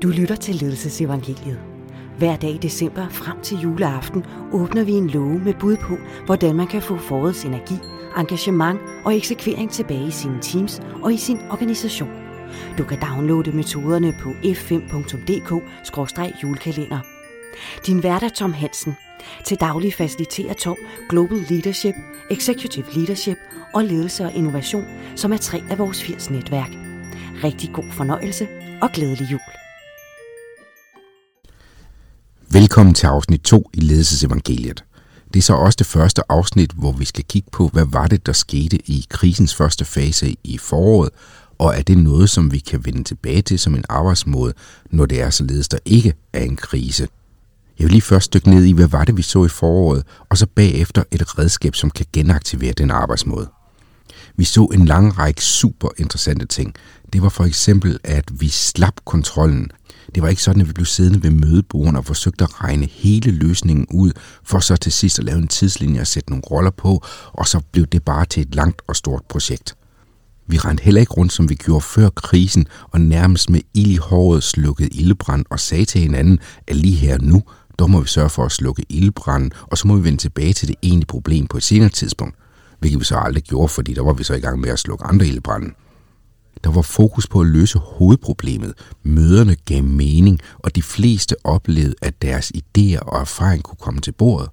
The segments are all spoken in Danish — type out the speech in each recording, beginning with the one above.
Du lytter til Ledelsesevangeliet. Hver dag i december frem til juleaften åbner vi en låge med bud på, hvordan man kan få forårets energi, engagement og eksekvering tilbage i sine teams og i sin organisation. Du kan downloade metoderne på f5.dk/julekalender. Din vært er Tom Hansen. Til daglig faciliterer Tom Global Leadership, Executive Leadership og Ledelse og Innovation, som er 3 af vores 80 netværk. Rigtig god fornøjelse og glædelig jul. Velkommen til afsnit 2 i Ledelsesevangeliet. Det er så også det første afsnit, hvor vi skal kigge på, hvad var det, der skete i krisens første fase i foråret, og er det noget, som vi kan vende tilbage til som en arbejdsmåde, når det er således, der ikke er en krise. Jeg vil lige først dykke ned i, hvad var det, vi så i foråret, og så bagefter et redskab, som kan genaktivere den arbejdsmåde. Vi så en lang række super interessante ting. Det var for eksempel, at vi slap kontrollen. Det var ikke sådan, at vi blev siddende ved mødebordene og forsøgte at regne hele løsningen ud, for så til sidst at lave en tidslinje og sætte nogle roller på, og så blev det bare til et langt og stort projekt. Vi rendte heller ikke rundt, som vi gjorde før krisen, og nærmest med ild i håret slukkede ildebrand og sagde til hinanden, at lige her nu, der må vi sørge for at slukke ildebranden, og så må vi vende tilbage til det egentlige problem på et senere tidspunkt, hvilket vi så aldrig gjorde, fordi der var vi så i gang med at slukke andre ildebrande. Der var fokus på at løse hovedproblemet. Møderne gav mening, og de fleste oplevede, at deres idéer og erfaring kunne komme til bordet.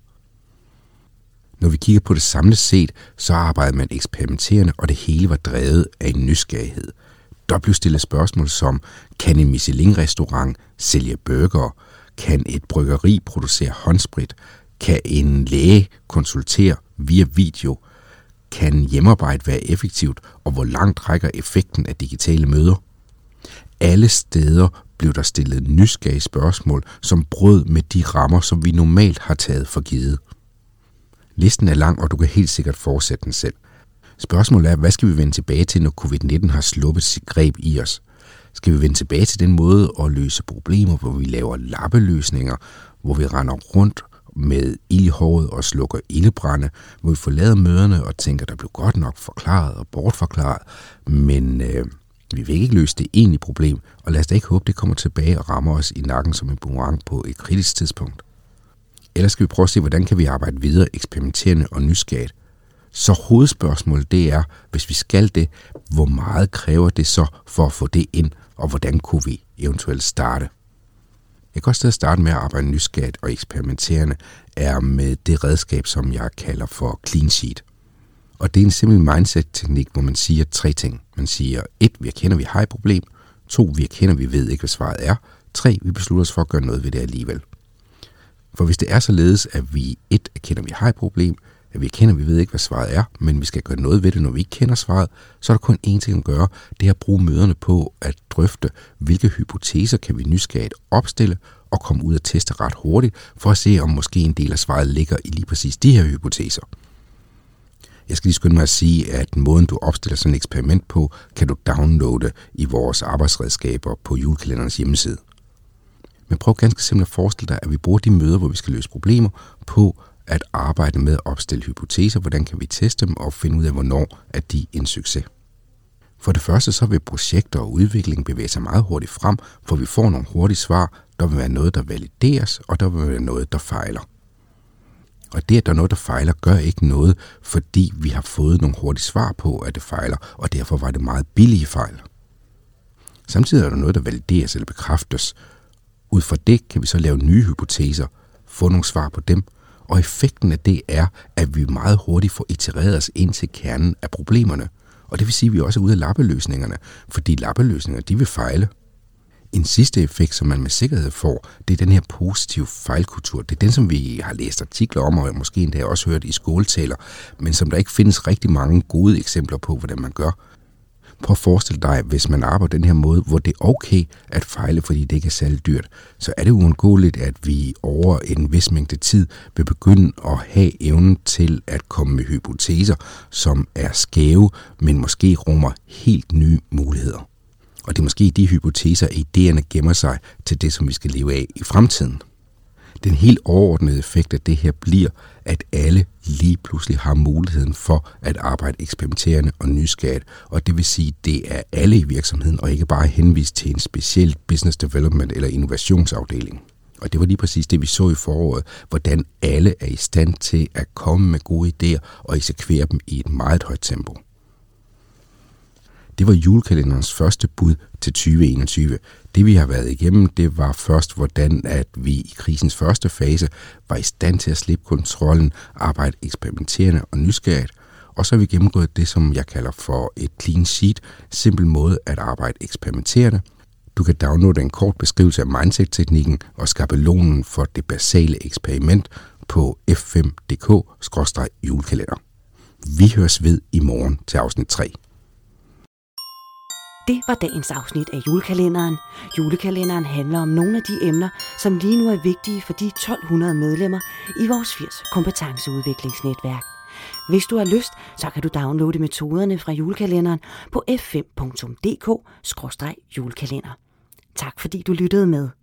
Når vi kigger på det samlet set, så arbejdede man eksperimenterende, og det hele var drevet af en nysgerrighed. Der blev stillet spørgsmål som, kan en Michelin-restaurant sælge burger? Kan et bryggeri producere håndsprit? Kan en læge konsultere via video? Kan hjemmearbejde være effektivt, og hvor langt rækker effekten af digitale møder? Alle steder blev der stillet nysgerrige spørgsmål, som brød med de rammer, som vi normalt har taget for givet. Listen er lang, og du kan helt sikkert fortsætte den selv. Spørgsmålet er, hvad skal vi vende tilbage til, når covid-19 har sluppet sit greb i os? Skal vi vende tilbage til den måde at løse problemer, hvor vi laver lappeløsninger, hvor vi render rundt med ild i håret og slukker ildebrænde, hvor vi forlader møderne og tænker, der blev godt nok forklaret og bortforklaret, men vi vil ikke løse det egentlige problem, og lad os da ikke håbe, det kommer tilbage og rammer os i nakken som en boomerang på et kritisk tidspunkt. Ellers skal vi prøve at se, hvordan kan vi arbejde videre eksperimenterende og nysgerrigt. Så hovedspørgsmålet det er, hvis vi skal det, hvor meget kræver det så for at få det ind, og hvordan kunne vi eventuelt starte? Jeg kan også starte med at arbejde nysgerrigt og eksperimenterende er med det redskab, som jeg kalder for clean sheet. Og det er en simpel mindset-teknik, hvor man siger 3 ting. Man siger 1, vi erkender, vi har et problem. 2, vi erkender, vi ved ikke, hvad svaret er. 3, vi beslutter os for at gøre noget ved det alligevel. For hvis det er således, at vi 1, erkender, vi har et problem, at vi erkender, vi ved ikke, hvad svaret er, men vi skal gøre noget ved det, når vi ikke kender svaret, så er der kun én ting at gøre, det er at bruge møderne på at drøfte, hvilke hypoteser kan vi nysgerrigt opstille og komme ud og teste ret hurtigt, for at se, om måske en del af svaret ligger i lige præcis de her hypoteser. Jeg skal lige skynde mig at sige, at måden du opstiller sådan et eksperiment på, kan du downloade i vores arbejdsredskaber på julekalenderens hjemmeside. Men prøv ganske simpelt at forestille dig, at vi bruger de møder, hvor vi skal løse problemer, på at arbejde med at opstille hypoteser, hvordan kan vi teste dem og finde ud af, hvornår er de en succes. For det første så vil projekter og udvikling bevæge sig meget hurtigt frem, for vi får nogle hurtige svar, der vil være noget, der valideres, og der vil være noget, der fejler. Og det, at der er noget, der fejler, gør ikke noget, fordi vi har fået nogle hurtige svar på, at det fejler, og derfor var det meget billige fejl. Samtidig er der noget, der valideres eller bekræftes. Ud fra det kan vi så lave nye hypoteser, få nogle svar på dem, og effekten af det er, at vi meget hurtigt får itereret os ind til kernen af problemerne. Og det vil sige, at vi også er ude af lappeløsningerne, fordi lappeløsninger, de vil fejle. En sidste effekt, som man med sikkerhed får, det er den her positive fejlkultur. Det er den, som vi har læst artikler om, og måske endda også hørt i skoletaler, men som der ikke findes rigtig mange gode eksempler på, hvordan man gør. Prøv at forestille dig, hvis man arbejder den her måde, hvor det er okay at fejle, fordi det ikke er særlig dyrt, så er det uundgåeligt, at vi over en vis mængde tid vil begynde at have evnen til at komme med hypoteser, som er skæve, men måske rummer helt nye muligheder. Og det er måske de hypoteser, at idéerne gemmer sig til det, som vi skal leve af i fremtiden. Den helt overordnede effekt af det her bliver, at alle lige pludselig har muligheden for at arbejde eksperimenterende og nysgerrigt, og det vil sige, at det er alle i virksomheden, og ikke bare henvist til en speciel business development eller innovationsafdeling. Og det var lige præcis det, vi så i foråret, hvordan alle er i stand til at komme med gode idéer og eksekvere dem i et meget højt tempo. Det var julekalenderens første bud til 2021. Det vi har været igennem, det var først, hvordan at vi i krisens første fase var i stand til at slippe kontrollen, arbejde eksperimenterende og nysgerrigt. Og så har vi gennemgået det, som jeg kalder for et clean sheet, simpel måde at arbejde eksperimenterende. Du kan downloade en kort beskrivelse af mindset-teknikken og skabelonen for det basale eksperiment på f5.dk/julekalender. Vi høres ved i morgen til afsnit 3. Det var dagens afsnit af julekalenderen. Julekalenderen handler om nogle af de emner, som lige nu er vigtige for de 1200 medlemmer i vores 80 kompetenceudviklingsnetværk. Hvis du har lyst, så kan du downloade metoderne fra julekalenderen på f5.dk/julekalender. Tak fordi du lyttede med.